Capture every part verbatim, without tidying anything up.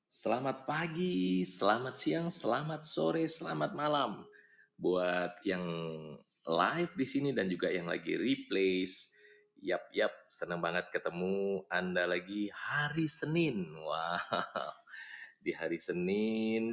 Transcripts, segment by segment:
Selamat pagi, selamat siang, selamat sore, selamat malam. Buat yang live di sini dan juga yang lagi replays. Yap, yap, senang banget ketemu Anda lagi hari Senin. Wah, di hari Senin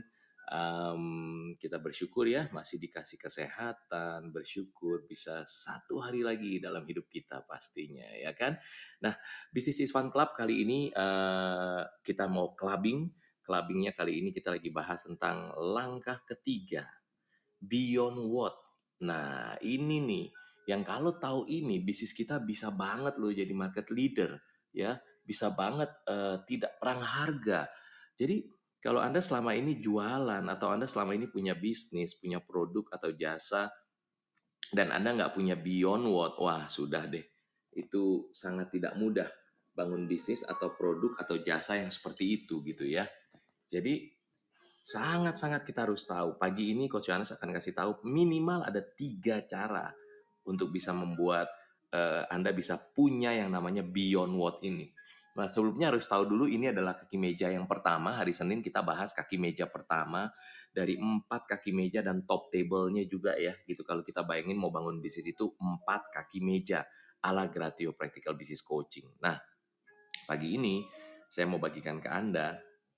em, kita bersyukur ya masih dikasih kesehatan, bersyukur bisa satu hari lagi dalam hidup kita pastinya ya kan. Nah, Business is Fun Club kali ini eh, kita mau clubbing. Clubbingnya kali ini kita lagi bahas tentang langkah ketiga, beyond what. Nah, ini nih yang kalau tahu ini bisnis kita bisa banget loh jadi market leader ya, bisa banget eh, tidak perang harga. Jadi kalau Anda selama ini jualan atau Anda selama ini punya bisnis, punya produk atau jasa dan Anda nggak punya beyond what, wah sudah deh. Itu sangat tidak mudah bangun bisnis atau produk atau jasa yang seperti itu gitu ya. Jadi sangat-sangat kita harus tahu. Pagi ini Coach Yohanes akan kasih tahu minimal ada tiga cara untuk bisa membuat eh, Anda bisa punya yang namanya beyond what ini. Nah, sebelumnya harus tahu dulu ini adalah kaki meja yang pertama. Hari Senin kita bahas kaki meja pertama dari empat kaki meja dan top table-nya juga ya. Gitu kalau kita bayangin mau bangun bisnis itu empat kaki meja ala Gratio Practical Business Coaching. Nah, pagi ini saya mau bagikan ke Anda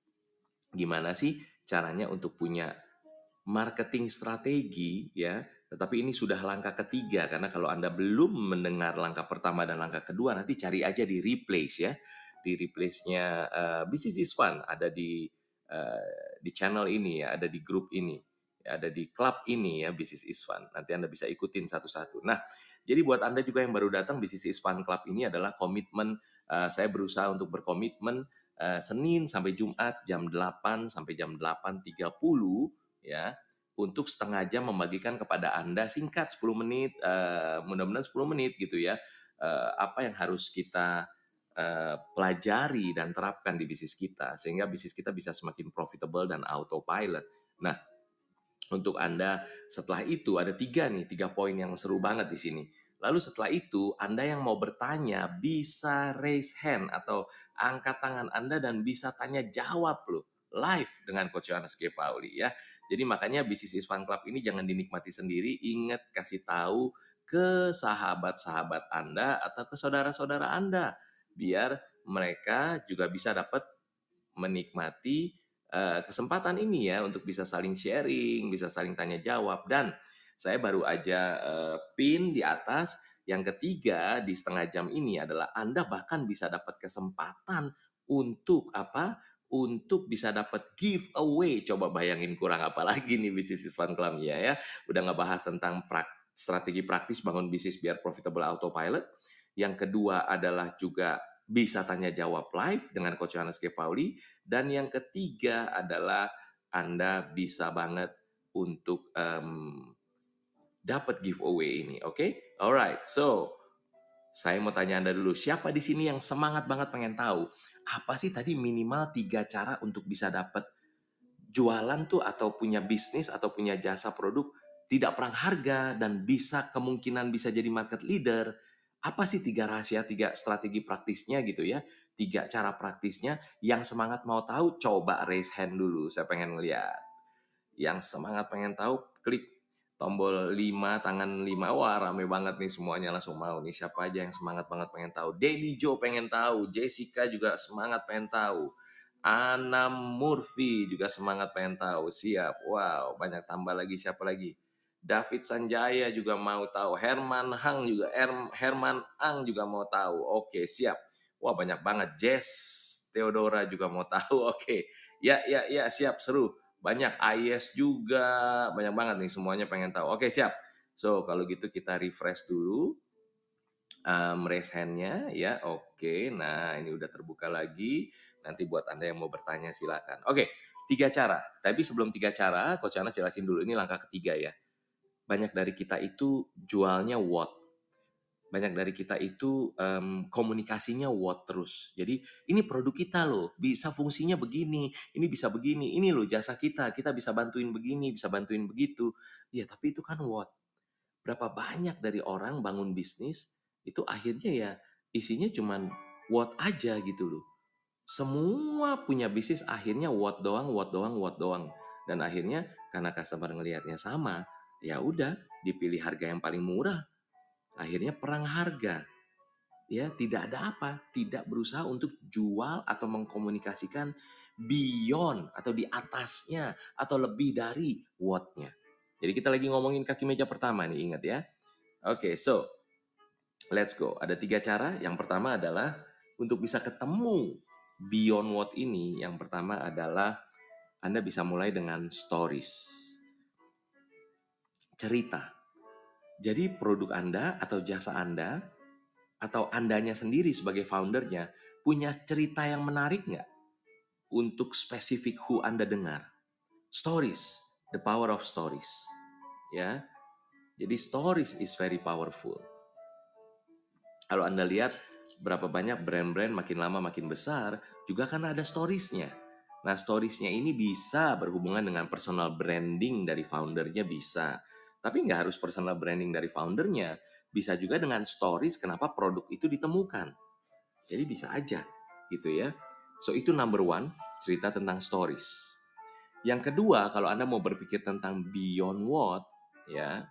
gimana sih caranya untuk punya marketing strategi ya, tetapi ini sudah langkah ketiga karena kalau Anda belum mendengar langkah pertama dan langkah kedua nanti cari aja di replace ya. Di replace-nya uh, Business is Fun ada di uh, di channel ini ya, ada di grup ini, ya, ada di klub ini ya Business is Fun. Nanti Anda bisa ikutin satu-satu. Nah, jadi buat Anda juga yang baru datang Business is Fun Club ini adalah komitmen uh, saya berusaha untuk berkomitmen uh, Senin sampai Jumat jam delapan sampai jam delapan tiga puluh ya untuk setengah jam membagikan kepada Anda singkat sepuluh menit, uh, mudah-mudahan sepuluh menit gitu ya, uh, apa yang harus kita uh, pelajari dan terapkan di bisnis kita, sehingga bisnis kita bisa semakin profitable dan autopilot. Nah, untuk Anda setelah itu ada tiga nih, tiga poin yang seru banget di sini. Lalu setelah itu Anda yang mau bertanya bisa raise hand atau angkat tangan Anda dan bisa tanya jawab loh live dengan Coach Yohanes G. Pauli ya. Jadi makanya Business is Fun Club ini jangan dinikmati sendiri, ingat kasih tahu ke sahabat-sahabat Anda atau ke saudara-saudara Anda biar mereka juga bisa dapat menikmati uh, kesempatan ini ya untuk bisa saling sharing, bisa saling tanya jawab dan saya baru aja uh, pin di atas yang ketiga di setengah jam ini adalah Anda bahkan bisa dapat kesempatan untuk apa? Untuk bisa dapat giveaway. Coba bayangin kurang apa lagi nih bisnis Fun Club ya ya. Udah ngebahas tentang prak, strategi praktis bangun bisnis biar profitable autopilot. Yang kedua adalah juga bisa tanya jawab live dengan Coach Yohanes G. Pauli. Dan yang ketiga adalah Anda bisa banget untuk um, dapat giveaway ini, oke? Okay? Alright, so saya mau tanya Anda dulu, siapa di sini yang semangat banget pengen tahu apa sih tadi minimal tiga cara untuk bisa dapat jualan tuh atau punya bisnis atau punya jasa produk tidak perang harga dan bisa kemungkinan bisa jadi market leader. Apa sih tiga rahasia, tiga strategi praktisnya gitu ya? Tiga cara praktisnya yang semangat mau tahu coba raise hand dulu. Saya pengen ngeliat. Yang semangat pengen tahu klik tombol lima tangan lima. Wah, rame banget nih semuanya langsung mau nih. Siapa aja yang semangat banget pengen tahu? Daily Joe pengen tahu, Jessica juga semangat pengen tahu. Ana Murphy juga semangat pengen tahu. Siap. Wow, banyak tambah lagi siapa lagi? David Sanjaya juga mau tahu. Herman Hang juga Her- Herman Ang juga mau tahu. Oke, siap. Wah, banyak banget. Jess Theodora juga mau tahu. Oke. Ya, ya, ya, siap, seru. Banyak I S juga, banyak banget nih semuanya pengen tahu. Oke, siap. So, kalau gitu kita refresh dulu um, raise hand-nya ya. Oke, nah ini udah terbuka lagi. Nanti buat Anda yang mau bertanya silakan. Oke, tiga cara. Tapi sebelum tiga cara, Coach Anas jelasin dulu ini langkah ketiga ya. Banyak dari kita itu jualnya what. Banyak dari kita itu um, komunikasinya what terus. Jadi ini produk kita loh, bisa fungsinya begini, ini bisa begini, ini loh jasa kita, kita bisa bantuin begini, bisa bantuin begitu. Ya tapi itu kan what. Berapa banyak dari orang bangun bisnis itu akhirnya ya isinya cuman what aja gitu loh. Semua punya bisnis akhirnya what doang, what doang, what doang. Dan akhirnya karena customer ngelihatnya sama, ya udah dipilih harga yang paling murah. Akhirnya perang harga. Ya, tidak ada apa, tidak berusaha untuk jual atau mengkomunikasikan beyond atau di atasnya atau lebih dari what-nya. Jadi kita lagi ngomongin kaki meja pertama nih, ingat ya. Oke, okay, so let's go. Ada tiga cara. Yang pertama adalah untuk bisa ketemu beyond what ini, yang pertama adalah Anda bisa mulai dengan stories. Cerita. Jadi produk Anda atau jasa Anda atau Andanya sendiri sebagai foundernya punya cerita yang menarik nggak untuk spesifik who Anda dengar? Stories, the power of stories. Ya, jadi stories is very powerful. Kalau Anda lihat berapa banyak brand-brand makin lama makin besar, juga karena ada storiesnya. Nah, storiesnya ini bisa berhubungan dengan personal branding dari foundernya bisa. Tapi nggak harus personal branding dari foundernya. Bisa juga dengan stories kenapa produk itu ditemukan. Jadi bisa aja gitu ya. So itu number one, cerita tentang stories. Yang kedua, kalau Anda mau berpikir tentang beyond what, ya,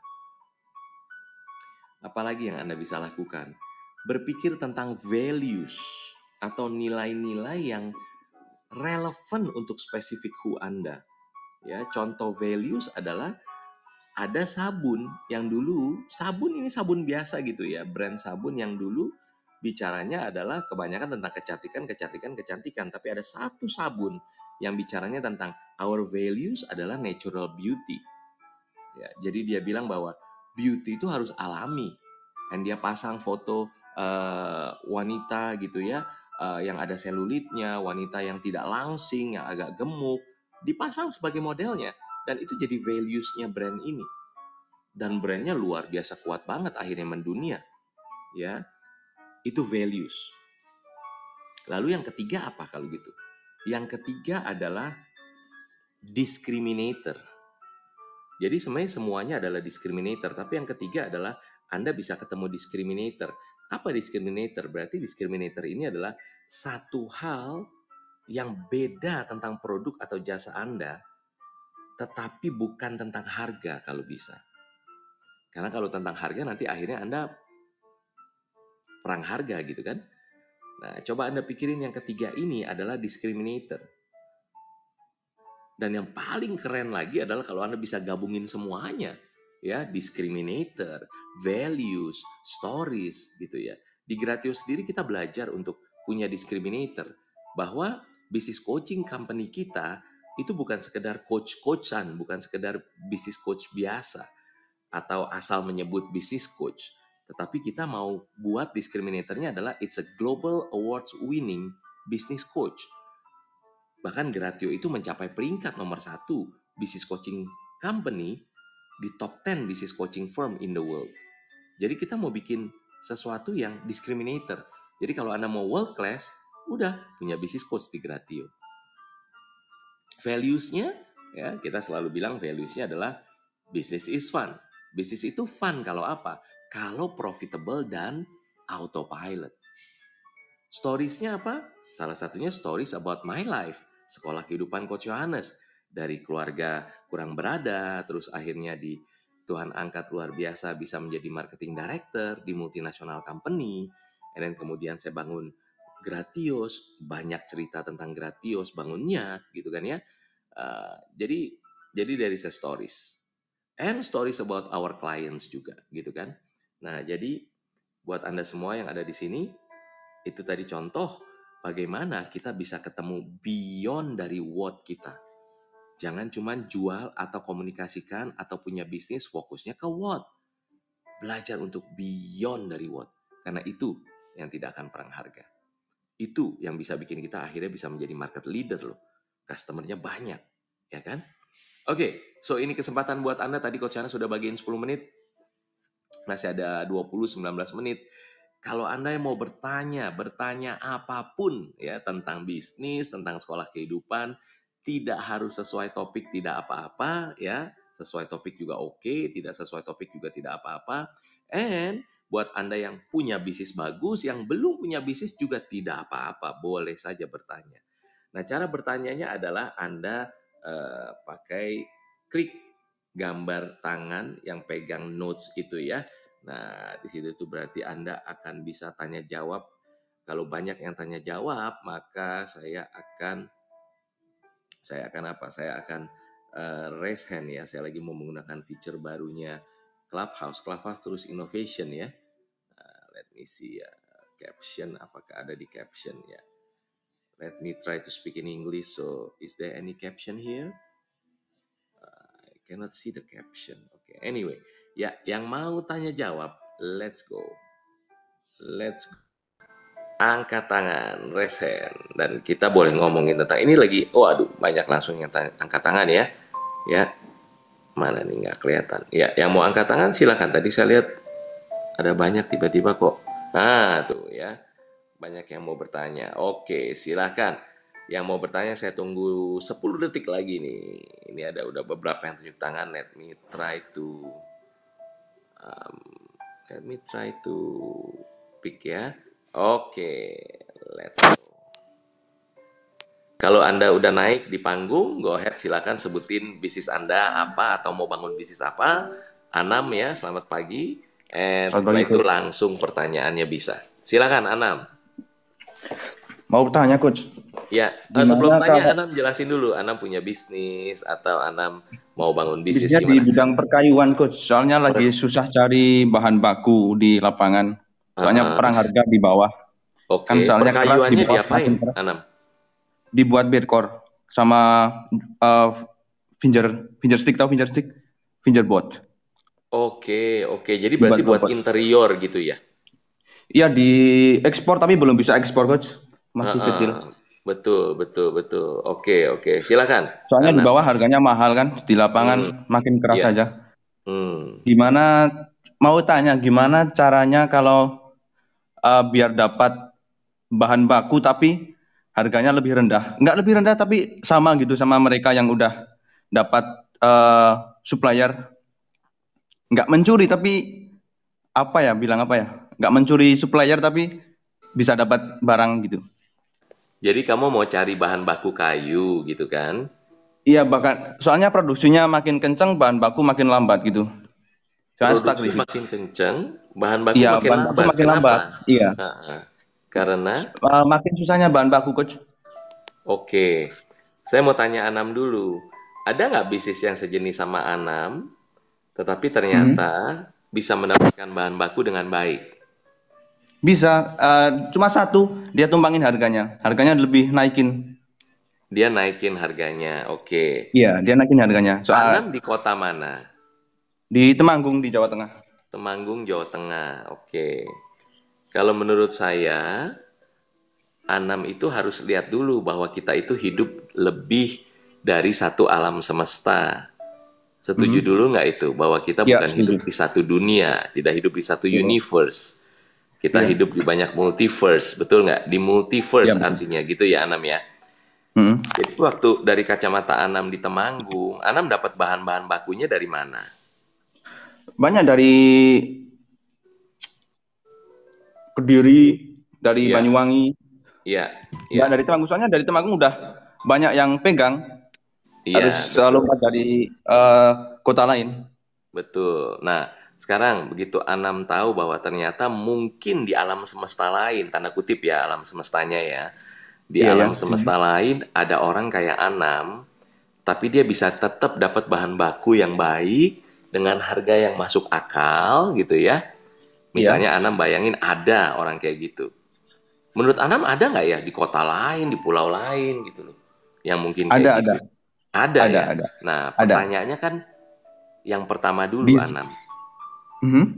apalagi yang Anda bisa lakukan? Berpikir tentang values atau nilai-nilai yang relevan untuk spesifik who Anda. Ya, contoh values adalah ada sabun yang dulu, sabun ini sabun biasa gitu ya, brand sabun yang dulu bicaranya adalah kebanyakan tentang kecantikan, kecantikan, kecantikan. Tapi ada satu sabun yang bicaranya tentang our values adalah natural beauty. Ya, jadi dia bilang bahwa beauty itu harus alami. Dan dia pasang foto uh, wanita gitu ya, uh, yang ada selulitnya, wanita yang tidak langsing, yang agak gemuk, dipasang sebagai modelnya. Dan itu jadi values-nya brand ini. Dan brandnya luar biasa kuat banget akhirnya mendunia. Ya, itu values. Lalu yang ketiga apa kalau gitu? Yang ketiga adalah discriminator. Jadi sebenarnya semuanya adalah discriminator, tapi yang ketiga adalah Anda bisa ketemu discriminator. Apa discriminator? Berarti discriminator ini adalah satu hal yang beda tentang produk atau jasa Anda, tetapi bukan tentang harga kalau bisa. Karena kalau tentang harga nanti akhirnya Anda perang harga gitu kan. Nah, coba Anda pikirin yang ketiga ini adalah discriminator. Dan yang paling keren lagi adalah kalau Anda bisa gabungin semuanya. Ya, discriminator, values, stories gitu ya. Di Gratio sendiri kita belajar untuk punya discriminator. Bahwa bisnis coaching company kita itu bukan sekedar coach-coachan, bukan sekedar bisnis coach biasa. Atau asal menyebut bisnis coach. Tetapi kita mau buat discriminatornya adalah it's a global awards winning business coach. Bahkan Gratio itu mencapai peringkat nomor satu business coaching company di top sepuluh business coaching firm in the world. Jadi kita mau bikin sesuatu yang discriminator. Jadi kalau Anda mau world class, udah punya business coach di Gratio. Values-nya, ya kita selalu bilang values-nya adalah business is fun. Bisnis itu fun kalau apa? Kalau profitable dan autopilot. Stories-nya apa? Salah satunya stories about my life. Sekolah kehidupan Coach Yohanes. Dari keluarga kurang berada, terus akhirnya di Tuhan angkat luar biasa bisa menjadi marketing director di multinational company. Dan kemudian saya bangun Gratios, banyak cerita tentang Gratios, bangunnya gitu kan ya. Uh, jadi jadi dari saya stories. And stories about our clients juga gitu kan. Nah, jadi buat Anda semua yang ada di sini, itu tadi contoh bagaimana kita bisa ketemu beyond dari what kita. Jangan cuma jual atau komunikasikan atau punya bisnis fokusnya ke what. Belajar untuk beyond dari what. Karena itu yang tidak akan perang harga. Itu yang bisa bikin kita akhirnya bisa menjadi market leader loh. Customernya banyak, ya kan? Oke, okay, so ini kesempatan buat Anda. Tadi Coach Yana sudah bagiin sepuluh menit. Masih ada dua puluh, sembilan belas menit. Kalau Anda yang mau bertanya, bertanya apapun ya tentang bisnis, tentang sekolah kehidupan, tidak harus sesuai topik, tidak apa-apa ya. Sesuai topik juga oke, okay, tidak sesuai topik juga tidak apa-apa. And Buat Anda yang punya bisnis bagus, yang belum punya bisnis juga tidak apa-apa, boleh saja bertanya. Nah, cara bertanyanya adalah Anda eh, pakai klik gambar tangan yang pegang notes itu ya. Nah, di situ tuh berarti Anda akan bisa tanya jawab. Kalau banyak yang tanya jawab, maka saya akan saya akan apa? Saya akan uh, raise hand ya. Saya lagi mau menggunakan feature barunya Clubhouse. Clubhouse terus innovation ya. Uh, let me see ya. Caption, apakah ada di caption ya? Let me try to speak in English. So, is there any caption here? Uh, I cannot see the caption. Okay. Anyway, ya, yang mau tanya jawab, let's go. Let's go. Angkat tangan, raise hand, dan kita boleh ngomongin tentang ini lagi. Waduh, banyak langsung yang tanya, angkat tangan ya. Ya, mana nih nggak kelihatan? Ya, yang mau angkat tangan silakan. Tadi saya lihat ada banyak tiba-tiba kok. Nah, tuh ya, banyak yang mau bertanya. Oke, silakan. Yang mau bertanya saya tunggu sepuluh detik lagi nih. Ini ada udah beberapa yang tunjuk tangan. Let me try to um, let me try to pick ya. Oke, let's go. Kalau Anda udah naik di panggung, go ahead silakan sebutin bisnis Anda apa atau mau bangun bisnis apa. Anam ya, selamat pagi. And Selamat setelah pagi, itu Coach. langsung pertanyaannya bisa. Silakan Anam. Mau bertanya, Coach. Ya, eh, sebelum Gimana tanya kalau Anam jelasin dulu, Anam punya bisnis atau Anam mau bangun bisnis bisnisnya di gimana? bidang perkayuan, Coach? Soalnya lagi Per, susah cari bahan baku di lapangan. Soalnya uh-uh. perang harga di bawah. Oke, Kan soalnya keras di perkayuannya bawah, diapain, makin keras. Anam? Dibuat bedcore sama uh, finger, finger stick, tahu finger stick? Fingerboard. Oke, oke. Jadi berarti Dibuat buat robot. interior gitu ya? Iya, di ekspor tapi belum bisa ekspor, Coach. Masih kecil. Heeh. Betul, betul, betul. Oke, oke. Silakan, Soalnya di Anam. bawah harganya mahal kan, di Hmm, lapangan makin keras iya. saja. Hmm. Gimana, mau tanya gimana caranya kalau uh, biar dapat bahan baku tapi harganya lebih rendah. Nggak lebih rendah tapi sama gitu sama mereka yang udah dapat uh, supplier. Nggak mencuri tapi apa ya, bilang apa ya? Nggak mencuri supplier tapi bisa dapat barang gitu. Jadi kamu mau cari bahan baku kayu gitu kan? Iya, bahkan soalnya produksinya makin kenceng, bahan baku makin lambat gitu. Soalnya stuck Produksi di situ. makin kenceng, bahan baku Iya, makin bahan baku lambat. makin lambat. Kenapa? Iya. Heeh. Karena, Uh, makin susahnya bahan baku, Coach. oke. Saya mau tanya Anam dulu. Ada nggak bisnis yang sejenis sama Anam, tetapi Mhm. ternyata bisa mendapatkan bahan baku dengan baik? Bisa, uh, cuma satu dia tumbangin harganya. Harganya lebih naikin. Dia naikin harganya. Oke. Iya, dia naikin harganya. Anam Soal di kota mana? di Temanggung di Jawa Tengah. Temanggung, Jawa Tengah. Oke. Kalau menurut saya, Anam itu harus lihat dulu bahwa kita itu hidup lebih dari satu alam semesta. Setuju Mhm. dulu nggak itu? Bahwa kita Iya, bukan setuju. hidup di satu dunia, tidak hidup di satu Iya, universe. Kita iya, hidup di banyak multiverse, betul nggak? Di iya multiverse betul. artinya gitu ya Anam ya. Mhm. Jadi waktu dari kacamata Anam di Temanggung, Anam dapat bahan-bahan bakunya dari mana? Banyak dari Kediri, dari Iya, Banyuwangi, iya, iya, dan dari Temanggung. Soalnya dari Temanggung udah banyak yang pegang, iya, harus uh, betul. lompat dari uh, kota lain. Betul. Nah, sekarang begitu Anam tahu bahwa ternyata mungkin di alam semesta lain, tanda kutip ya, alam semestanya ya. Di Iya ya. alam Mhm. semesta lain ada orang kayak Anam, tapi dia bisa tetap dapat bahan baku yang baik dengan harga yang masuk akal gitu ya. Iya, Misalnya Anam bayangin ada orang kayak gitu. Menurut Anam ada nggak ya di kota lain, di pulau lain gitu loh, yang mungkin kayak ada ada gitu? Ada ada ya. ada Nah, ada. pertanyaannya kan yang pertama Di dulu Anam. Mhm.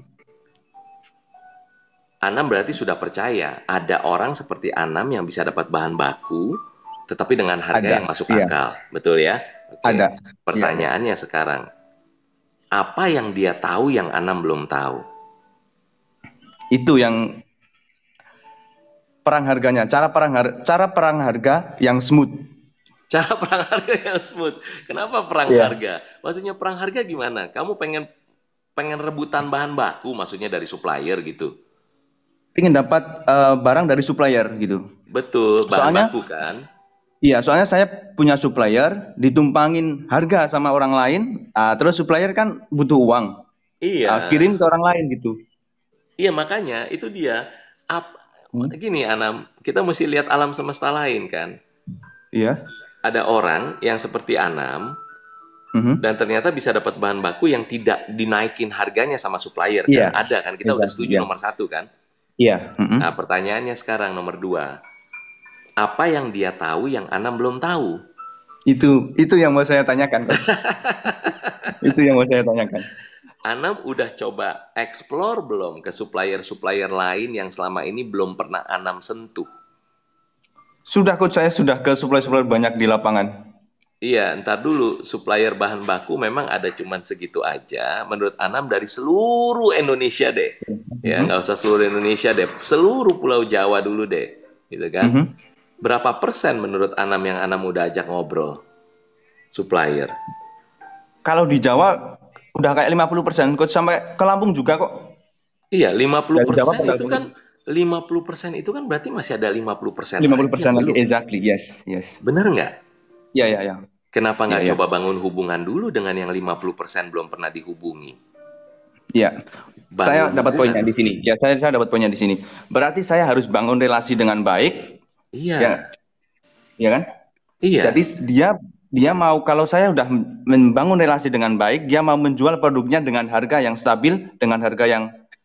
Anam berarti sudah percaya ada orang seperti Anam yang bisa dapat bahan baku, tetapi dengan harga Ada. yang masuk Iya, akal. Betul ya? ada. Oke. Iya, ada. Pertanyaannya sekarang, apa yang dia tahu yang Anam belum tahu? Itu yang perang harganya, cara perang har cara perang harga yang smooth. Cara perang harga yang smooth. Kenapa perang Iya. harga? Maksudnya perang harga gimana? Kamu pengen pengen rebutan bahan baku maksudnya dari supplier gitu. Ingin dapat eh, barang dari supplier gitu. Betul, bahan Soalnya, baku kan? iya, soalnya saya punya supplier, ditumpangin harga sama orang lain, ah, terus supplier kan butuh uang, ah, Iya. kirim ke orang lain gitu. Iya, makanya itu dia. Ap- Hmm. Gini, Anam, kita mesti lihat alam semesta lain kan. Iya. Ada orang yang seperti Anam Mhm. dan ternyata bisa dapat bahan baku yang tidak dinaikin harganya sama supplier kan. Iya, Ada kan, kita udah exactly, setuju iya. nomor satu kan. Iya, mhm. Nah, pertanyaannya sekarang nomor dua. Apa yang dia tahu yang Anam belum tahu? Itu itu yang mau saya tanyakan, Coach. Itu yang mau saya tanyakan. Anam udah coba explore belum ke supplier-supplier lain yang selama ini belum pernah Anam sentuh? Sudah, Coach, saya sudah ke supplier-supplier banyak di lapangan. Iya, ntar dulu. Supplier bahan baku memang ada cuman segitu aja. Menurut Anam dari seluruh Indonesia deh. Ya, Mhm. nggak usah seluruh Indonesia deh. Seluruh Pulau Jawa dulu deh. Gitu kan? Mhm. Berapa persen menurut Anam yang Anam udah ajak ngobrol? Supplier. Kalau di Jawa udah kayak lima puluh persen, Coach, sampai ke Lampung juga kok. Iya, lima puluh Dari Jawa persen ke itu Lampung. kan lima puluh persen itu kan berarti masih ada lima puluh persen lima puluh lagi persen yang lagi, belum. exactly, yes, yes. Bener nggak? Iya, iya, iya. Kenapa Iya, nggak iya. coba bangun hubungan dulu dengan yang lima puluh persen belum pernah dihubungi? Iya. Saya Bangun dapat poinnya hubungan. di sini. Ya, saya saya dapat poinnya di sini. Berarti saya harus bangun relasi dengan baik, ya, Iya, ya kan? Jadi iya. dia dia mau kalau saya udah membangun relasi dengan baik, dia mau menjual produknya dengan harga yang stabil, dengan harga yang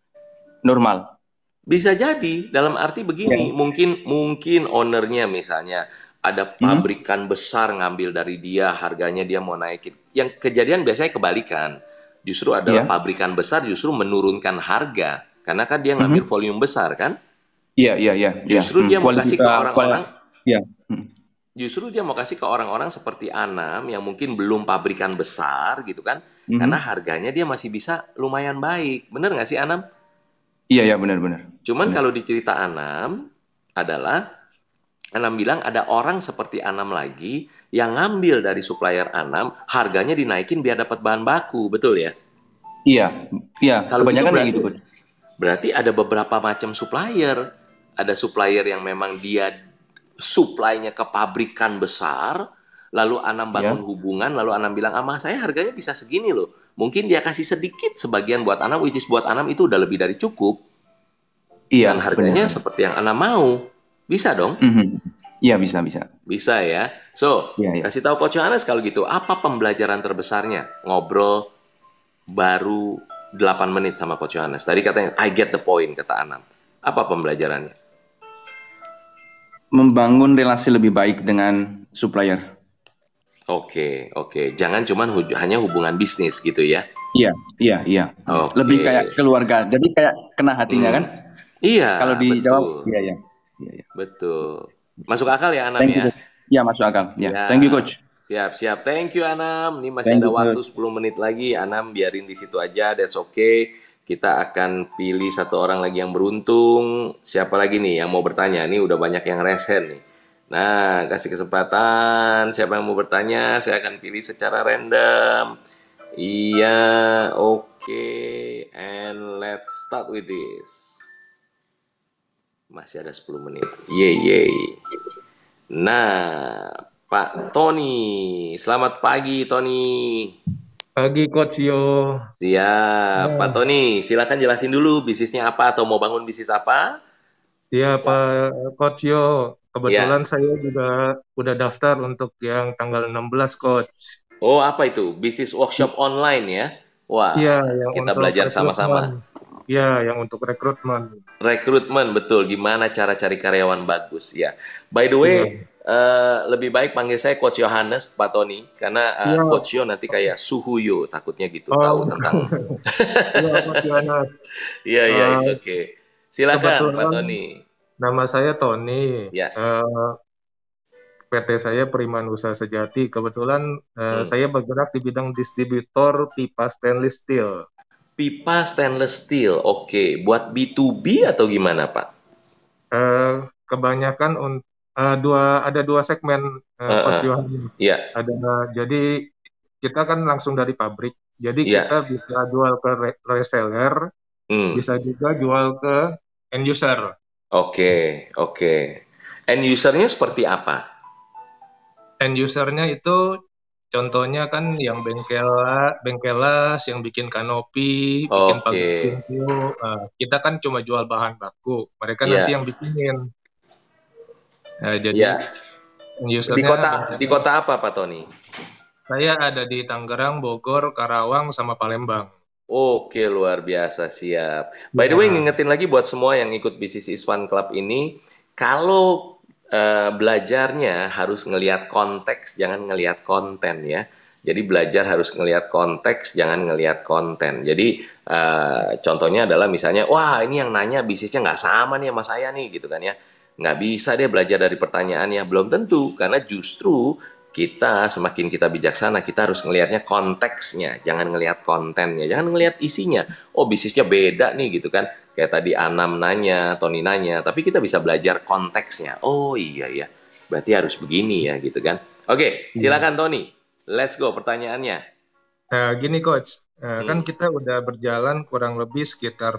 normal. Bisa jadi, dalam arti Ya. begini, mungkin mungkin ownernya misalnya ada Mhm. pabrikan besar ngambil dari dia, harganya dia mau naikin. Yang kejadian biasanya kebalikan. Justru adalah Iya. pabrikan besar justru menurunkan harga. Karena kan dia ngambil Mhm. volume besar kan. Iya, iya, iya, iya. Justru Hmm. dia mau Quality, kasih ke uh, qual- orang-orang, ya. Hmm. justru dia mau kasih ke orang-orang seperti Anam yang mungkin belum pabrikan besar gitu kan. Karena Mhm. harganya dia masih bisa lumayan baik. Bener nggak sih Anam? Iya, iya, benar-benar. Cuman Benar. kalau di cerita Anam adalah Anam bilang ada orang seperti Anam lagi yang ngambil dari supplier Anam, harganya dinaikin biar dapat bahan baku, betul ya? Iya, iya. Kalau gitu Kebanyakan kayak berarti gitu, Coach. berarti ada beberapa macam supplier. Ada supplier yang memang dia supply-nya ke pabrikan besar, lalu Anam Iya, bangun hubungan, lalu Anam bilang, "Ah, saya harganya bisa segini loh." Mungkin dia kasih sedikit sebagian buat Anam, which is buat Anam itu udah lebih dari cukup. iya, Dan harganya benar-benar. seperti yang Anam mau. Bisa dong? Mhm. Iya, bisa, bisa. Bisa ya. So, Iya, iya. kasih tahu Coach Yohanes kalau gitu, apa pembelajaran terbesarnya? Ngobrol baru delapan menit sama Coach Yohanes. Tadi katanya, I get the point, kata Anam. Apa pembelajarannya? Membangun relasi lebih baik dengan supplier. Oke, oke. Jangan cuman hu- hanya hubungan bisnis gitu ya. Iya, iya, iya. Hmm. Lebih Oke. kayak keluarga. Jadi kayak kena hatinya kan? Hmm. Iya, Kalau dijawab, betul. iya, iya. Iya, iya. Betul. Masuk akal ya Anam Thank you, ya? Coach. Iya, masuk akal. Ya, thank you, Siap. Coach. Siap, siap. Thank you Anam. Ini masih Thank ada you, waktu Coach. sepuluh menit lagi. Anam biarin di situ aja. That's okay. Kita akan pilih satu orang lagi yang beruntung. Siapa lagi nih yang mau bertanya? Ini udah banyak yang raise hand nih. Nah, kasih kesempatan. Siapa yang mau bertanya? Saya akan pilih secara random. Iya, oke. Okay. And let's start with this. Masih ada sepuluh menit. Yeay, yeay. Nah, Pak Tony, selamat pagi Tony. Pagi Coach Yo. Siap, Pak Ya, Tony, silakan jelasin dulu bisnisnya apa atau mau bangun bisnis apa? ya Pak Coach Yo. Kebetulan Ya. saya juga udah daftar untuk yang tanggal enam belas Coach. Oh, apa itu? Bisnis workshop online ya? Iya, Wah, yang kita untuk belajar rekrutmen. sama-sama. Iya, yang untuk rekrutmen. Rekrutmen, betul. Gimana cara cari karyawan bagus ya. By the way, Iya. eh, lebih baik panggil saya Coach Yohanes, Pak Tony. Karena eh, Iya. Coach Yo nanti kayak suhuyo, takutnya gitu. Tahu Oh, tentang. iya Coach Yohanes. Iya, iya, Eh, it's okay. Silakan, Pak kebetulan Tony. nama saya Tony. Ya. Eh, P T saya Periman Usaha Sejati. Kebetulan eh, Hmm. saya bergerak di bidang distributor pipa stainless steel. Pipa stainless steel, oke. Buat B to B atau gimana, Pak? Eh, kebanyakan un- eh, dua ada dua segmen, eh, Heeh. Coach Yohanes. Iya. Ada jadi kita kan langsung dari pabrik. Jadi Iya. kita bisa jual ke re- reseller, Hmm. bisa juga jual ke end user. Oke, oke. End usernya seperti apa? End usernya itu contohnya kan yang bengkel bengkelas, yang bikin kanopi, bikin pagar Oke. pintu. eh, kita kan cuma jual bahan baku. Mereka nanti Iya. yang bikinin. Nah, jadi Iya. end Di usernya kota di bengkelas. kota apa, Pak Tony? Saya ada di Tangerang, Bogor, Karawang, sama Palembang. Oke, luar biasa, siap. By the way, Ya, ngingetin lagi buat semua yang ikut Bisnis is Fun Club ini, kalau eh, belajarnya harus ngelihat konteks, jangan ngelihat konten ya. Jadi belajar harus ngelihat konteks, jangan ngelihat konten. Jadi eh, contohnya adalah misalnya, wah ini yang nanya bisnisnya nggak sama nih sama saya nih gitu kan ya. Nggak bisa dia belajar dari pertanyaannya. Belum tentu, karena justru kita semakin kita bijaksana, kita harus ngelihatnya konteksnya, jangan ngelihat kontennya, jangan ngelihat isinya. Oh bisnisnya beda nih gitu kan, kayak tadi Anam nanya, Tony nanya, tapi kita bisa belajar konteksnya. Oh iya ya, berarti harus begini ya gitu kan. Oke, iya. silakan Tony, let's go pertanyaannya. Nah, gini Coach, Eh, kan Hmm. kita udah berjalan kurang lebih sekitar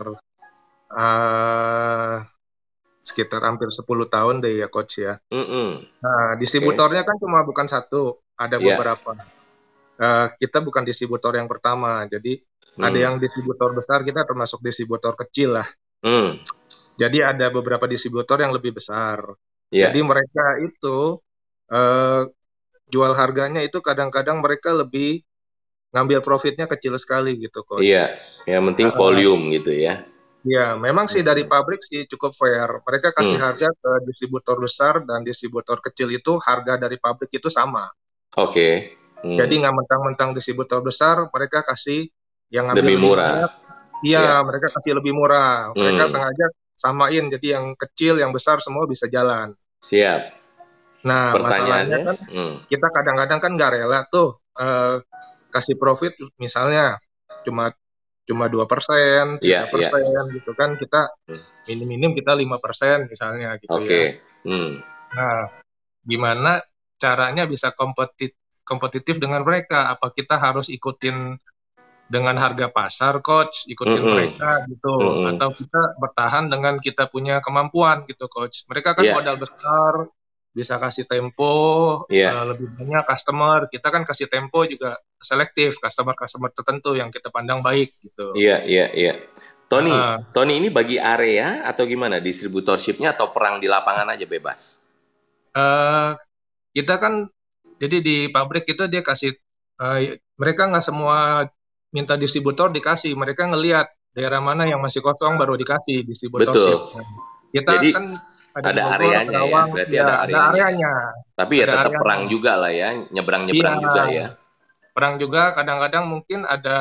eh, sekitar hampir sepuluh tahun deh ya Coach ya. Mm-mm. Nah, Oke, distributornya kan cuma bukan satu, ada ya, beberapa. Eh, kita bukan distributor yang pertama, jadi ada hmm, yang distributor besar, kita termasuk distributor kecil lah. hmm, Jadi ada beberapa distributor yang lebih besar. Jadi ya, mereka itu eh, jual harganya itu kadang-kadang mereka lebih ngambil profitnya kecil sekali gitu, iya, Coach. yang penting Heeh. volume gitu ya. Ya, memang sih dari Hmm, pabrik sih cukup fair. Mereka kasih hmm. harga ke distributor besar dan distributor kecil itu harga dari pabrik itu sama. Oke, Jadi hmm. nggak mentang-mentang distributor besar, mereka kasih yang ngambil Lebih lebih banyak. murah, Iya, ya. mereka kasih lebih murah. Mereka Hmm. sengaja samain, jadi yang kecil, yang besar semua bisa jalan. Siap. Nah, masalahnya Pertanyaannya, kan hmm, kita kadang-kadang kan nggak rela tuh eh, kasih profit misalnya cuma cuma dua persen, tiga ya, ya, persen gitu kan, kita hmm, minim-minim kita lima persen misalnya gitu ya. oke, hmm, Nah, gimana caranya bisa kompetitif kompetitif dengan mereka? Apa kita harus ikutin dengan harga pasar, Coach, ikutin hmm, mereka gitu, hmm, atau kita bertahan dengan kita punya kemampuan gitu, Coach? Mereka kan ya, modal besar, bisa kasih tempo ya, eh, lebih banyak customer. Kita kan kasih tempo juga selektif, customer-customer tertentu yang kita pandang baik gitu. ya, ya, ya. Tony, Heeh. Tony ini bagi area atau gimana? Distributorshipnya atau perang di lapangan aja bebas? Eh, kita kan jadi di pabrik itu dia kasih eh, mereka nggak semua minta distributor dikasih, mereka ngelihat daerah mana yang masih kosong baru dikasih distributorship. Betul. Nah, kita Jadi kan ada di ada Bogor, areanya ya, Karawang, berarti ya ada ada areanya ya. areanya, Tapi ya ada tetap areanya. perang juga lah ya, Iya, nyebrang-nyebrang juga ya. perang juga kadang-kadang mungkin ada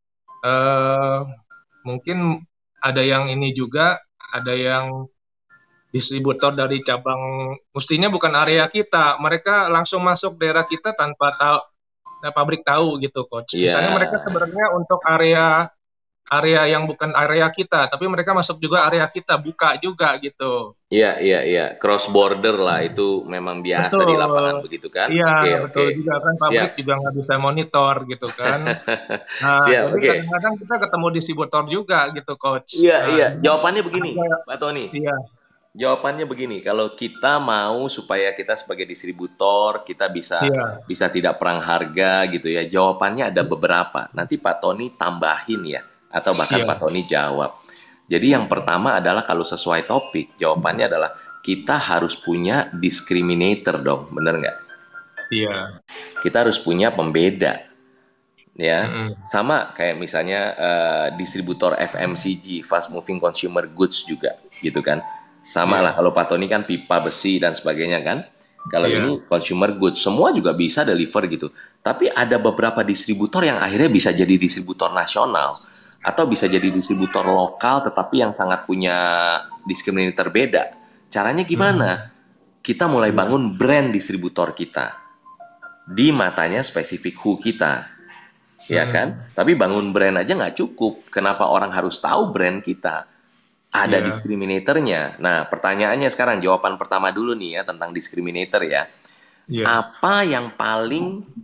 eh, mungkin ada yang ini juga, ada yang distributor dari cabang, mestinya bukan area kita, mereka langsung masuk daerah kita tanpa tahu, nah, pabrik tahu gitu, Coach. Iya, Misalnya mereka sebenarnya untuk area area yang bukan area kita, tapi mereka masuk juga area kita, buka juga gitu. iya, iya, iya. Cross border lah, itu memang biasa di lapangan Betul. begitu kan? Iya, Oke, betul oke. juga kan Siap. pabrik juga nggak bisa monitor gitu kan. Nah, Siap, jadi oke. kadang-kadang kita ketemu distributor juga gitu, Coach. Iya, Nah, iya. dengan Jawabannya begini, harga, Pak Tony. iya, Jawabannya begini, kalau kita mau supaya kita sebagai distributor, kita bisa iya, bisa tidak perang harga gitu ya. Jawabannya ada beberapa. Nanti Pak Tony tambahin ya, atau bahkan iya, Pak Tony jawab. Jadi yang pertama adalah kalau sesuai topik, jawabannya adalah kita harus punya discriminator dong, bener nggak? iya. Kita harus punya pembeda, ya. Mm-mm. Sama kayak misalnya eh, distributor F M C G, fast moving consumer goods juga, gitu kan. Sama lah Iya, kalau Pak Tony kan pipa besi dan sebagainya kan. Kalau iya, ini consumer goods, semua juga bisa deliver gitu. Tapi ada beberapa distributor yang akhirnya bisa jadi distributor nasional atau bisa jadi distributor lokal tetapi yang sangat punya diskriminator beda. Caranya mm-mm. gimana? Kita mulai Iya, bangun brand distributor kita di matanya spesifik who kita, ya mm-mm. kan? Tapi bangun brand aja nggak cukup. Kenapa orang harus tahu brand kita? Ada Iya, discriminatornya. Nah, pertanyaannya sekarang, jawaban pertama dulu nih ya tentang discriminator ya. iya. Apa yang paling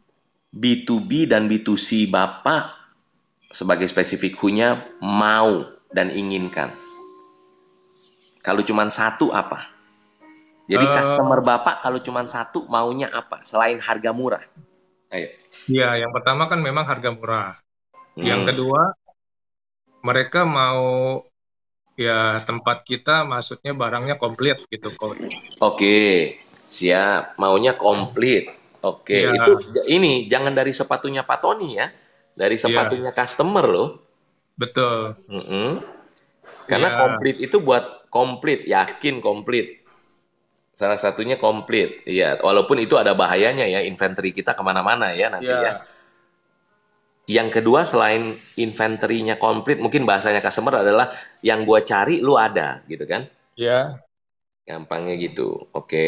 B to B dan B to C Bapak sebagai spesifik who-nya mau dan inginkan? Kalau cuma satu apa? Jadi customer Eh, Bapak kalau cuma satu maunya apa? Selain harga murah. Ayo. ya, yang pertama kan memang harga murah. Yang Hmm. kedua, mereka mau ya tempat kita, maksudnya barangnya komplit gitu, coach. Oke, siap. Maunya komplit. Oke, Iya, itu j- ini jangan dari sepatunya Pak Tony ya. Dari iya, sepatunya customer loh. betul. Mm-mm. Karena Iya, komplit itu buat komplit, yakin komplit. Salah satunya komplit. Iya, walaupun itu ada bahayanya ya, inventory kita kemana-mana ya nanti ya. iya, Yang kedua selain inventory-nya komplit, mungkin bahasanya customer adalah yang gua cari lu ada, gitu kan? iya. Gampangnya gitu. Oke.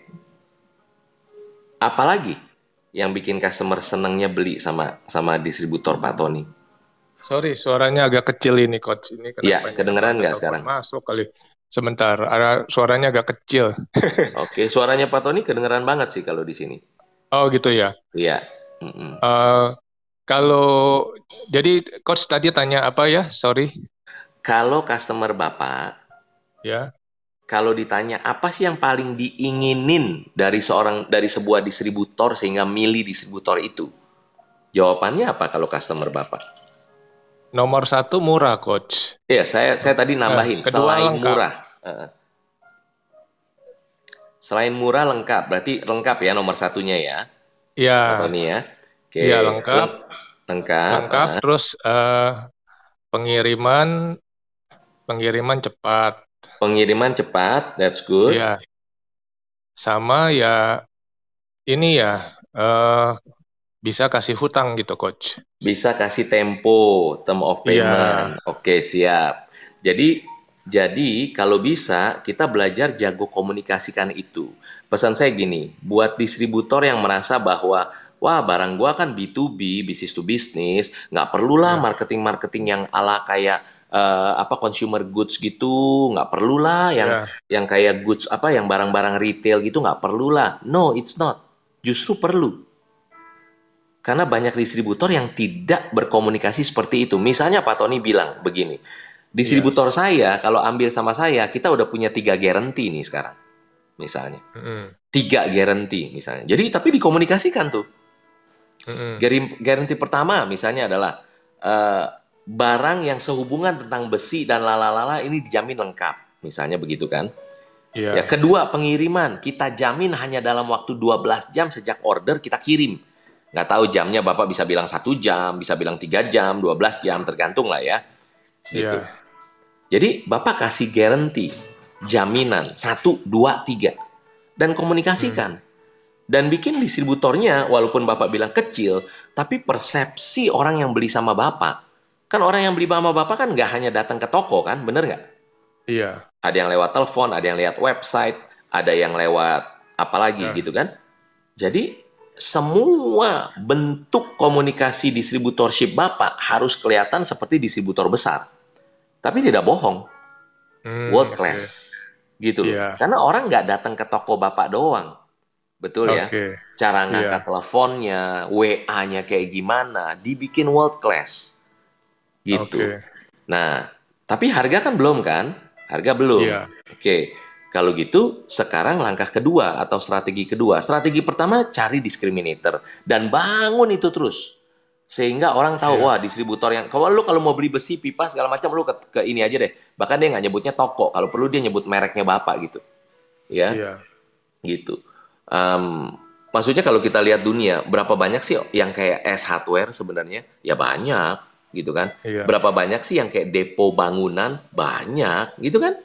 Apalagi yang bikin customer senengnya beli sama sama distributor Pak Tony? Sorry, suaranya agak kecil ini, coach. Ini Iya, kenapa ini? Apa kedengeran ada nggak telepon sekarang? masuk kali? Sebentar, ada suaranya agak kecil. Oke, suaranya Pak Tony kedengeran banget sih kalau di sini. Oh gitu ya. Iya. Mm-mm. Eh kalau jadi coach tadi tanya apa ya? Sorry, Kalau customer Bapak, ya. kalau ditanya apa sih yang paling diinginin dari seorang dari sebuah distributor sehingga milih distributor itu? Jawabannya apa kalau customer Bapak? Nomor satu murah, coach. Iya, saya saya tadi Eh, nambahin kedua selain lengkap. murah. Eh, selain murah lengkap, berarti lengkap ya nomor satunya ya, Pak Ya, Tony ya. Oke, ya lengkap, leng- lengkap. lengkap. eh. Terus eh, pengiriman, pengiriman cepat. Pengiriman cepat, that's good. Ya, sama ya ini ya eh bisa kasih hutang gitu, coach. Bisa kasih tempo, term of Iya, payment. Oke, siap. Jadi, jadi kalau bisa kita belajar jago komunikasikan itu. Pesan saya gini, buat distributor yang merasa bahwa wah barang gua kan B to B, business to business, nggak perlulah ya, marketing-marketing yang ala kayak eh, apa consumer goods gitu, nggak perlulah yang ya, yang kayak goods apa yang barang-barang retail gitu nggak perlulah. No, it's not. Justru perlu. Karena banyak distributor yang tidak berkomunikasi seperti itu. Misalnya Pak Tony bilang begini, iya. distributor saya kalau ambil sama saya, kita udah punya tiga guarantee nih sekarang. Misalnya. Mm-mm, Tiga guarantee misalnya. Jadi tapi dikomunikasikan tuh. mm-mm. Guarantee guarantee pertama misalnya adalah eh, barang yang sehubungan tentang besi dan lalalala ini dijamin lengkap. Misalnya begitu kan. Ya, Iya, kedua pengiriman, kita jamin hanya dalam waktu dua belas jam sejak order kita kirim. Nggak tahu jamnya Bapak bisa bilang satu jam, bisa bilang tiga jam, dua belas jam, tergantung lah ya. Gitu. iya. Jadi Bapak kasih guarantee, jaminan, satu, dua, tiga. Dan Mm, komunikasikan. Dan bikin distributornya, walaupun Bapak bilang kecil, tapi persepsi orang yang beli sama Bapak. Kan orang yang beli sama Bapak kan nggak hanya datang ke toko kan, bener nggak? iya, Ada yang lewat telepon, ada yang lewat website, ada yang lewat apa lagi ya, gitu kan. Jadi semua bentuk komunikasi distributorship Bapak harus kelihatan seperti distributor besar. Tapi tidak bohong, hmm, world oke, class. Gitu loh. iya, Karena orang nggak datang ke toko Bapak doang. Betul ya? oke, Cara iya, ngangkat teleponnya, W A-nya kayak gimana, dibikin world class. Gitu. oke, Nah, tapi harga kan belum kan? Harga belum. iya, Oke, kalau gitu sekarang langkah kedua atau strategi kedua. Strategi pertama cari discriminator dan bangun itu terus. Sehingga orang tahu, iya, wah distributor yang, kalau lu kalau mau beli besi, pipa, segala macam, lu ke, ke ini aja deh. Bahkan dia nggak nyebutnya toko, kalau perlu dia nyebut mereknya Bapak gitu. Ya, iya, gitu. Em, maksudnya kalau kita lihat dunia, berapa banyak sih yang kayak S hardware sebenarnya? Ya banyak, gitu kan. iya, Berapa banyak sih yang kayak depo bangunan? Banyak, gitu kan.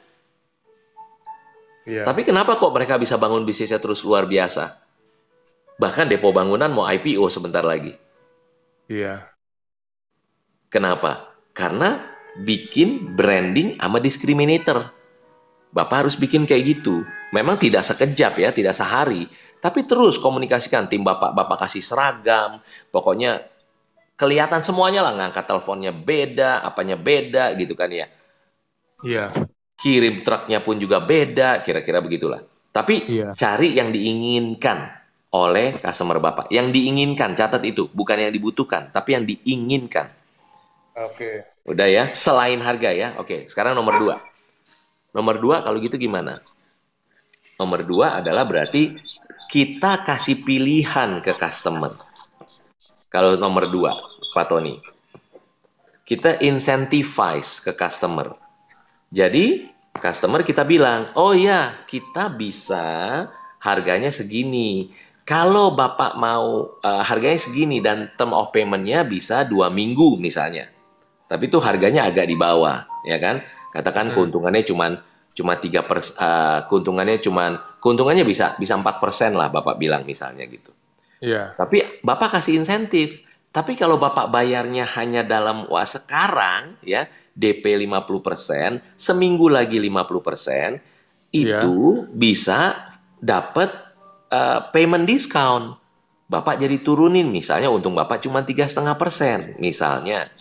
iya, Tapi kenapa kok mereka bisa bangun bisnisnya terus luar biasa? Bahkan depo bangunan mau I P O sebentar lagi. iya, Kenapa? Karena bikin branding sama discriminator. Bapak harus bikin kayak gitu. Memang tidak sekejap ya, tidak sehari. Tapi terus komunikasikan. Tim Bapak, Bapak kasih seragam. Pokoknya kelihatan semuanya lah. Ngangkat teleponnya beda, apanya beda gitu kan ya. iya, Kirim truknya pun juga beda, kira-kira begitulah. Tapi iya, cari yang diinginkan. oleh customer Bapak. Yang diinginkan, catat itu. Bukan yang dibutuhkan, tapi yang diinginkan. Oke. Udah ya, selain harga ya. Oke, sekarang nomor dua. Nomor dua kalau gitu gimana? Nomor dua adalah berarti kita kasih pilihan ke customer. Kalau nomor dua, Pak Tony. Kita incentivize ke customer. Jadi, customer kita bilang, oh ya, kita bisa harganya segini. Kalau Bapak mau uh, harganya segini dan term of payment-nya bisa dua minggu misalnya. Tapi itu harganya agak di bawah, ya kan? Katakan Hmm. keuntungannya cuma cuma tiga persen, uh, keuntungannya cuma keuntungannya bisa bisa empat persen lah Bapak bilang misalnya gitu. Iya. Tapi Bapak kasih insentif. Tapi kalau Bapak bayarnya hanya dalam wah sekarang ya D P lima puluh persen, seminggu lagi lima puluh persen, Iya. itu bisa dapat uh, payment discount. Bapak jadi turunin misalnya untung Bapak cuma tiga koma lima persen misalnya.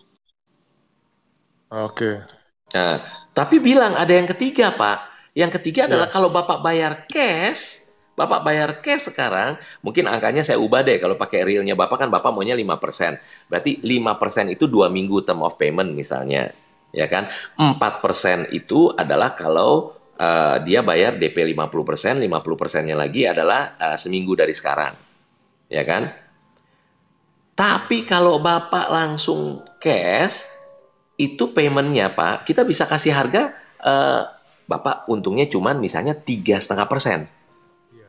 Oke. Nah, tapi bilang ada yang ketiga, Pak. Yang ketiga adalah Iya. kalau Bapak bayar cash, Bapak bayar cash sekarang, mungkin angkanya saya ubah deh. Kalau pakai realnya Bapak kan Bapak maunya lima persen. Berarti lima persen itu dua minggu term of payment misalnya. Ya kan? empat persen itu adalah kalau uh, dia bayar D P lima puluh persen, lima puluh persennya lagi adalah uh, seminggu dari sekarang. Ya kan? Tapi kalau Bapak langsung cash, itu paymentnya Pak, kita bisa kasih harga, eh, Bapak untungnya cuman misalnya tiga koma lima persen. Iya.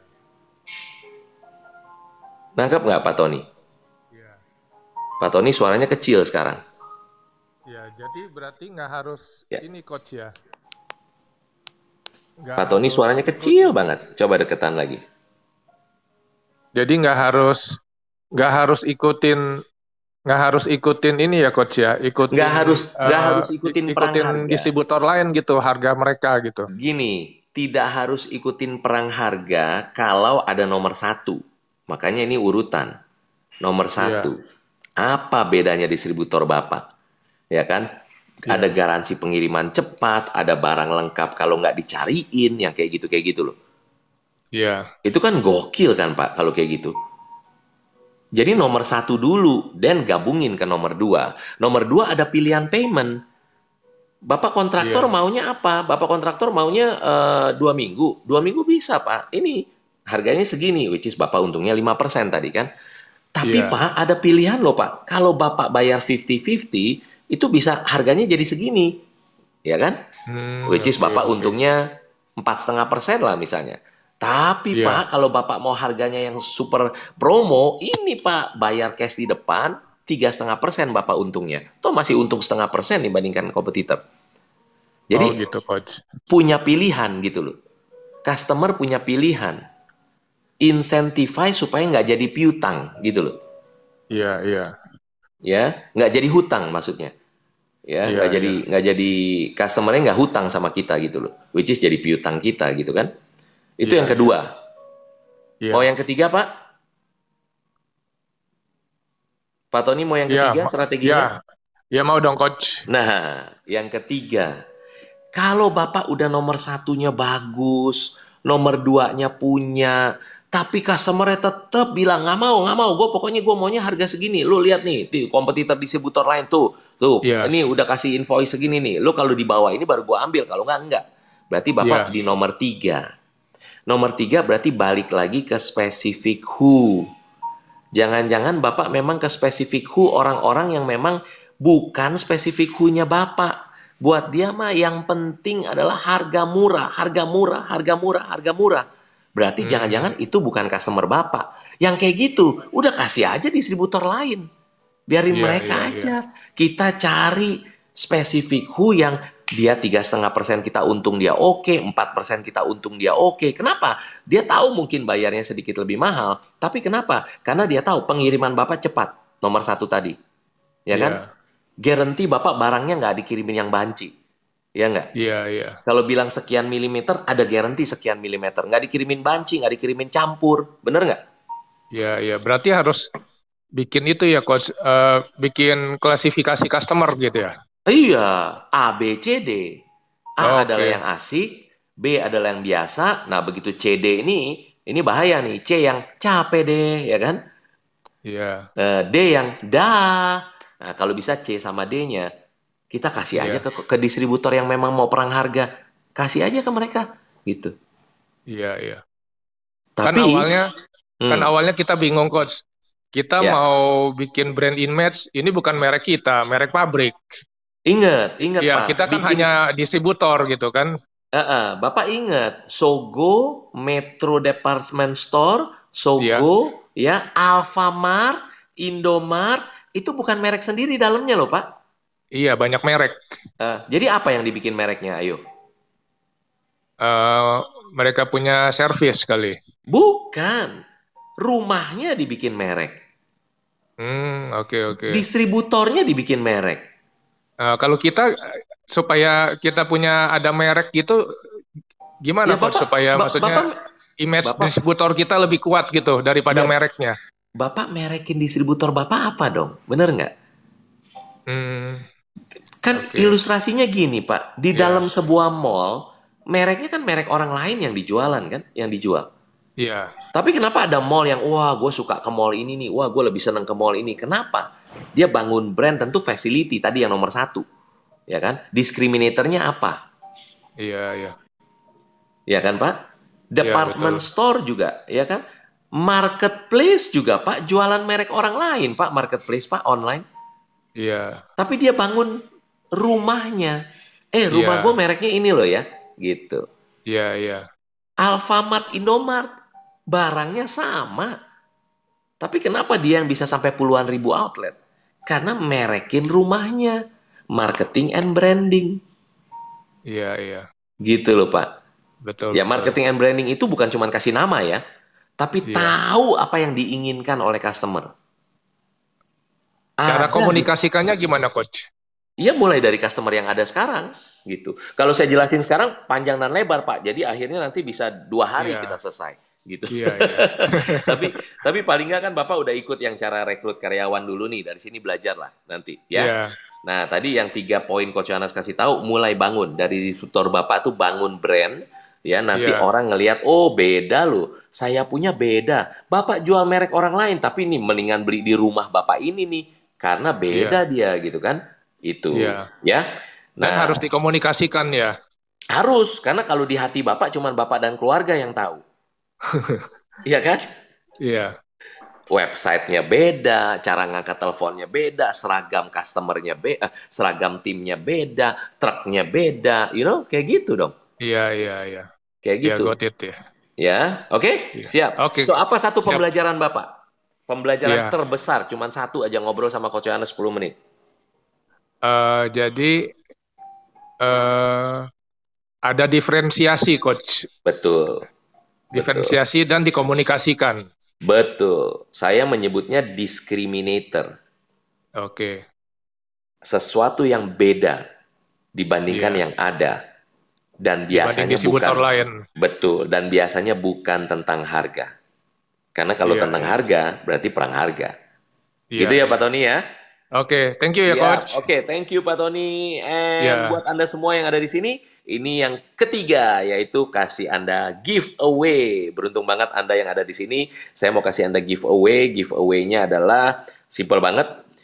Nangkep nggak Pak Tony? Iya. Pak Tony suaranya kecil sekarang. Ya, jadi berarti nggak harus Ya. ini coach ya. Nggak Pak Tony harus suaranya ikut. kecil banget. Coba deketan lagi. Jadi nggak harus nggak harus ikutin nggak harus ikutin ini ya coach ya, ikutin Nggak harus nggak eh, harus ikutin perang ikutin harga. distributor lain gitu harga mereka gitu. Gini, tidak harus ikutin perang harga kalau ada nomor satu. Makanya ini urutan. Nomor Iya. satu. Apa bedanya distributor Bapak? Ya kan? Iya. Ada garansi pengiriman cepat, ada barang lengkap kalau nggak dicariin, yang kayak gitu kayak gitu loh. Iya. Itu kan gokil kan Pak kalau kayak gitu. Jadi nomor satu dulu, dan gabungin ke nomor dua. Nomor dua ada pilihan payment. Bapak kontraktor Iya. maunya apa? Bapak kontraktor maunya eh, dua minggu. Dua minggu bisa Pak. Ini harganya segini, which is Bapak untungnya lima persen tadi kan. Tapi Iya. Pak, ada pilihan loh Pak. Kalau Bapak bayar lima puluh lima puluh, itu bisa harganya jadi segini. Ya kan? Hmm, Which is oke, Bapak oke. untungnya empat koma lima persen lah misalnya. Tapi Iya. Pak, kalau Bapak mau harganya yang super promo, ini Pak, bayar cash di depan, tiga koma lima persen Bapak untungnya. Toh masih untung setengah persen dibandingkan kompetitor. Jadi Oh gitu coach. punya pilihan gitu loh. Customer punya pilihan. Incentivize supaya nggak jadi piutang gitu loh. Iya, iya. Ya, nggak jadi hutang maksudnya. Ya, Iya, nggak iya. jadi nggak jadi customernya nggak hutang sama kita gitu loh. Which is jadi piutang kita gitu kan. Itu Iya, yang iya. kedua. Iya. Mau yang ketiga Pak? Pak Tony mau yang Iya, ketiga ma- strateginya? ya. Ya mau dong coach. Nah, yang ketiga. Kalau Bapak udah nomor satunya bagus, nomor duanya punya, tapi customer-nya tetap bilang, nggak mau, nggak mau, gue pokoknya gue maunya harga segini. Lu lihat nih, di kompetitor distributor lain tuh, tuh, Iya. ini udah kasih invoice segini nih. Lu kalau di bawah ini baru gue ambil, kalau nggak, enggak. Berarti Bapak Iya. di nomor tiga. Nomor tiga berarti balik lagi ke specific who. Jangan-jangan Bapak memang ke specific who orang-orang yang memang bukan spesifik who-nya Bapak. Buat dia mah yang penting adalah harga murah, harga murah, harga murah, harga murah. Berarti Hmm. jangan-jangan itu bukan customer Bapak. Yang kayak gitu, udah kasih aja distributor lain. Biarin Iya, mereka iya, iya. aja. Kita cari spesifik who yang dia tiga koma lima persen kita untung dia oke, empat persen kita untung dia oke. Kenapa? Dia tahu mungkin bayarnya sedikit lebih mahal, tapi kenapa? Karena dia tahu pengiriman Bapak cepat, nomor satu tadi. Ya kan? Iya. Garanti Bapak barangnya nggak dikirimin yang banci. Ya nggak? Iya, iya. Kalau bilang sekian milimeter, ada garanti sekian milimeter. Nggak dikirimin banci, nggak dikirimin campur. Bener nggak? Iya, iya. Berarti harus bikin itu ya coach, eh, bikin klasifikasi customer gitu ya. Iya, A, B, C, D. A Oke. adalah yang asik, B adalah yang biasa. Nah, begitu C D ini, Ini bahaya nih. C yang capek deh, ya kan? Iya, Eh, D yang dah. Nah, kalau bisa C sama D-nya, kita kasih aja iya, ke, ke distributor yang memang mau perang harga. Kasih aja ke mereka, gitu. iya, iya. Kan Tapi, awalnya, kan hmm, awalnya kita bingung, Coach. Kita ya, mau bikin brand image, ini bukan merek kita, merek pabrik. ingat, ingat Ya, Pak, kita kan bikin, hanya distributor gitu kan. eh, eh, Bapak ingat, Sogo, Metro Department Store, Iya, Sogo, ya, Alfamart, Indomart, itu bukan merek sendiri dalamnya loh Pak. iya banyak merek. Eh, jadi apa yang dibikin mereknya? Ayo. Eh, Mereka punya service kali. Bukan. Rumahnya dibikin merek. Hmm, oke, oke. Distributornya dibikin merek. Eh, kalau kita supaya kita punya ada merek gitu, Ya gimana Coach? Bapak, Supaya ba- maksudnya Bapak, image Bapak, distributor kita lebih kuat gitu daripada ya mereknya. Bapak merekin distributor Bapak apa dong? Bener nggak? Hmm, Kan oke. ilustrasinya gini Pak, di dalam Ya, sebuah mall, mereknya kan merek orang lain yang dijualan kan, yang dijual. iya, Tapi kenapa ada mall yang, wah gue suka ke mall ini nih, wah gue lebih seneng ke mall ini. Kenapa? Dia bangun brand tentu facility tadi yang nomor satu. Ya kan? Discriminatornya apa? iya, iya, Ya kan Pak? iya Department betul. store juga, ya kan? Marketplace juga Pak, jualan merek orang lain Pak, marketplace Pak, online. Iya, Tapi dia bangun rumahnya. Eh, rumah gue iya, mereknya ini loh ya. Gitu. iya, iya, Alfamart, Indomart, barangnya sama. Tapi kenapa dia yang bisa sampai puluhan ribu outlet? Karena merekin rumahnya. Marketing and branding. iya, iya, Gitu loh Pak. betul, Ya betul. marketing and branding itu bukan cuma kasih nama ya. Tapi Iya. tahu apa yang diinginkan oleh customer. Cara Ada di komunikasikannya gimana, Coach? Ya mulai dari customer yang ada sekarang gitu. Kalau saya jelasin sekarang panjang dan lebar Pak. Jadi akhirnya nanti bisa dua hari kita Iya, selesai gitu. iya, iya. tapi tapi paling nggak kan Bapak udah ikut yang cara rekrut karyawan dulu nih. Dari sini belajar lah nanti ya. Iya, Nah tadi yang tiga poin Coach Yohanes kasih tahu mulai bangun dari tutor Bapak tuh bangun brand ya nanti iya, orang ngelihat oh beda loh saya punya beda Bapak jual merek orang lain tapi nih mendingan beli di rumah Bapak ini nih karena beda iya, dia gitu kan itu iya. ya. Dan Nah, harus dikomunikasikan ya. harus karena kalau di hati Bapak cuma Bapak dan keluarga yang tahu. Iya kan? Iya, Websitenya beda, cara ngangkat teleponnya beda, seragam customernya beda, seragam timnya beda, truknya beda, you know, kayak gitu dong. iya, iya, iya. Kayak Ya, gitu. got it ya. Ya, oke? Iya. Siap. Oke, So, apa satu siap. pembelajaran Bapak? Pembelajaran Iya. terbesar, cuma satu aja ngobrol sama Coach Yohanes sepuluh menit. Eh, jadi eh, ada diferensiasi, Coach. Betul. Betul. Diferensiasi dan dikomunikasikan. Betul. Saya menyebutnya discriminator. Oke. Sesuatu yang beda dibandingkan Iya. yang ada dan Dibanding biasanya distributor bukan lain. betul dan biasanya bukan tentang harga karena kalau Iya, tentang iya. harga berarti perang harga Iya, gitu ya Pak iya. Tony ya. Oke, thank you ya, Siap, Coach. oke, thank you Pak Tony. And Iya. buat Anda semua yang ada di sini, ini yang ketiga, yaitu kasih Anda giveaway. Beruntung banget Anda yang ada di sini. Saya mau kasih Anda giveaway. Giveaway-nya adalah simple banget.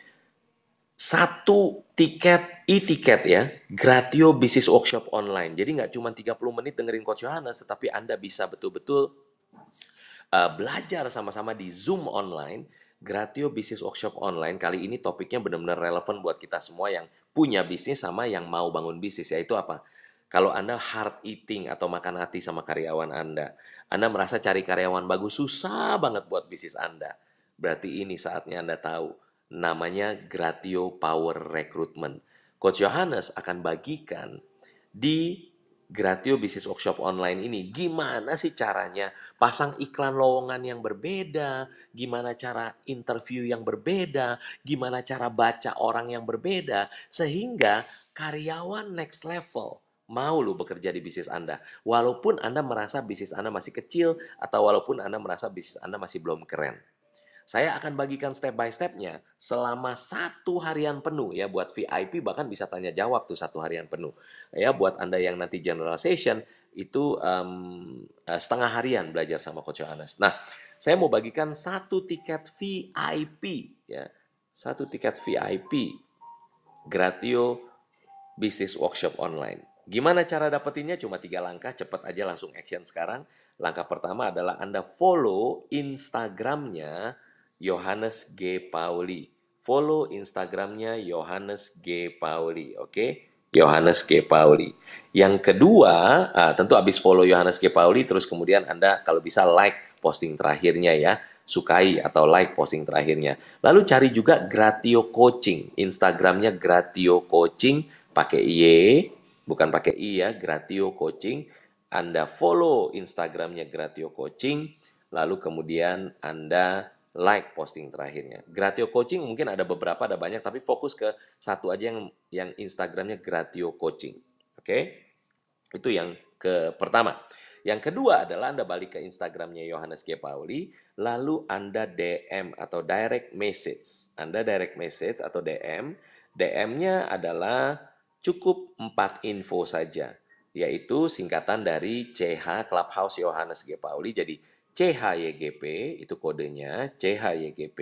Satu tiket e-tiket ya, Gratio Business Workshop Online. Jadi nggak cuma tiga puluh menit dengerin Coach Yohanes, tetapi Anda bisa betul-betul uh, belajar sama-sama di Zoom online, Gratio Business Workshop Online. Kali ini topiknya benar-benar relevan buat kita semua yang punya bisnis sama yang mau bangun bisnis, yaitu apa? Kalau Anda hard eating atau makan hati sama karyawan Anda, Anda merasa cari karyawan bagus susah banget buat bisnis Anda. Berarti ini saatnya Anda tahu, namanya Gratio Power Recruitment. Coach Yohanes akan bagikan di Gratio Business Workshop Online ini, gimana sih caranya pasang iklan lowongan yang berbeda, gimana cara interview yang berbeda, gimana cara baca orang yang berbeda, sehingga karyawan next level mau lo bekerja di bisnis Anda. Walaupun Anda merasa bisnis Anda masih kecil, atau walaupun Anda merasa bisnis Anda masih belum keren. Saya akan bagikan step by step-nya selama satu harian penuh ya, buat V I P bahkan bisa tanya jawab tuh satu harian penuh. Ya buat Anda yang nanti general session itu um, uh, setengah harian belajar sama Coach Yohanes. Nah, saya mau bagikan satu tiket V I P ya, satu tiket V I P Gratio Business Workshop Online. Gimana cara dapetinnya? Cuma tiga langkah, cepat aja langsung action sekarang. Langkah pertama adalah Anda follow Instagramnya Yohanes G. Pauli. Follow Instagramnya Yohanes G. Pauli, oke? Yohanes G. Pauli. Yang kedua, ah, tentu habis follow Yohanes G. Pauli, terus kemudian Anda kalau bisa like posting terakhirnya ya. Sukai atau like posting terakhirnya. Lalu cari juga Gratio Coaching. Instagramnya Gratio Coaching, pakai Y, bukan pakai I ya, Gratio Coaching. Anda follow Instagramnya Gratio Coaching, lalu kemudian Anda like posting terakhirnya. Gratio Coaching mungkin ada beberapa, ada banyak, tapi fokus ke satu aja yang yang Instagramnya Gratio Coaching. Oke? Itu yang ke pertama. Yang kedua adalah Anda balik ke Instagramnya Yohanes G. Pauli, lalu Anda D M atau direct message. Anda direct message atau D M, D M-nya adalah cukup empat info saja, yaitu singkatan dari C H Clubhouse Yohanes G. Pauli, jadi C H Y G P itu kodenya, C H Y G P,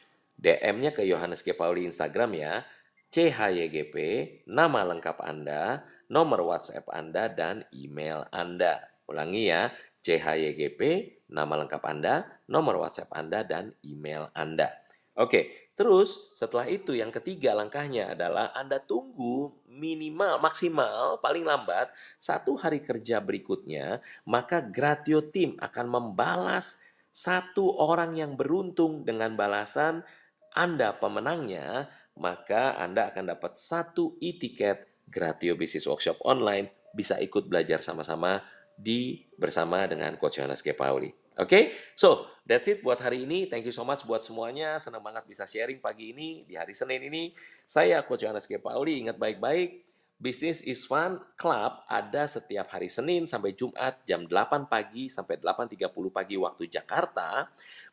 D M-nya ke Yohanes G. Pauli Instagram ya, C H Y G P, nama lengkap Anda, nomor WhatsApp Anda, dan email Anda. Ulangi ya, C H Y G P, nama lengkap Anda, nomor WhatsApp Anda, dan email Anda. Oke, terus setelah itu yang ketiga langkahnya adalah Anda tunggu minimal, maksimal, paling lambat satu hari kerja berikutnya, maka Gratio Team akan membalas satu orang yang beruntung dengan balasan Anda pemenangnya, maka Anda akan dapat satu e-tiket Gratio Business Workshop Online, bisa ikut belajar sama-sama di bersama dengan Coach Yohanes G. Pauli. Oke, okay? So that's it buat hari ini. Thank you so much buat semuanya. Senang banget bisa sharing pagi ini di hari Senin ini. Saya Coach Yohanes G. Pauli. Ingat baik-baik, Business is Fun Club ada setiap hari Senin sampai Jumat jam delapan pagi sampai delapan tiga puluh pagi waktu Jakarta.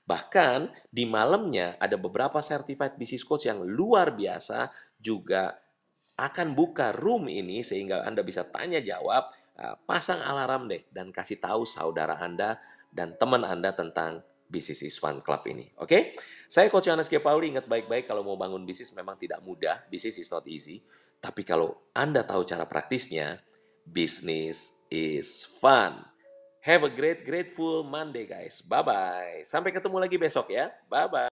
Bahkan di malamnya ada beberapa certified business coach yang luar biasa juga akan buka room ini sehingga Anda bisa tanya jawab, pasang alarm deh dan kasih tahu saudara Anda dan teman Anda tentang Business is Fun Club ini. Oke? Okay? Saya Coach Yohanes G. Pauli, ingat baik-baik kalau mau bangun bisnis memang tidak mudah, business is not easy. Tapi kalau Anda tahu cara praktisnya, business is fun. Have a great, grateful Monday guys. Bye-bye. Sampai ketemu lagi besok ya. Bye-bye.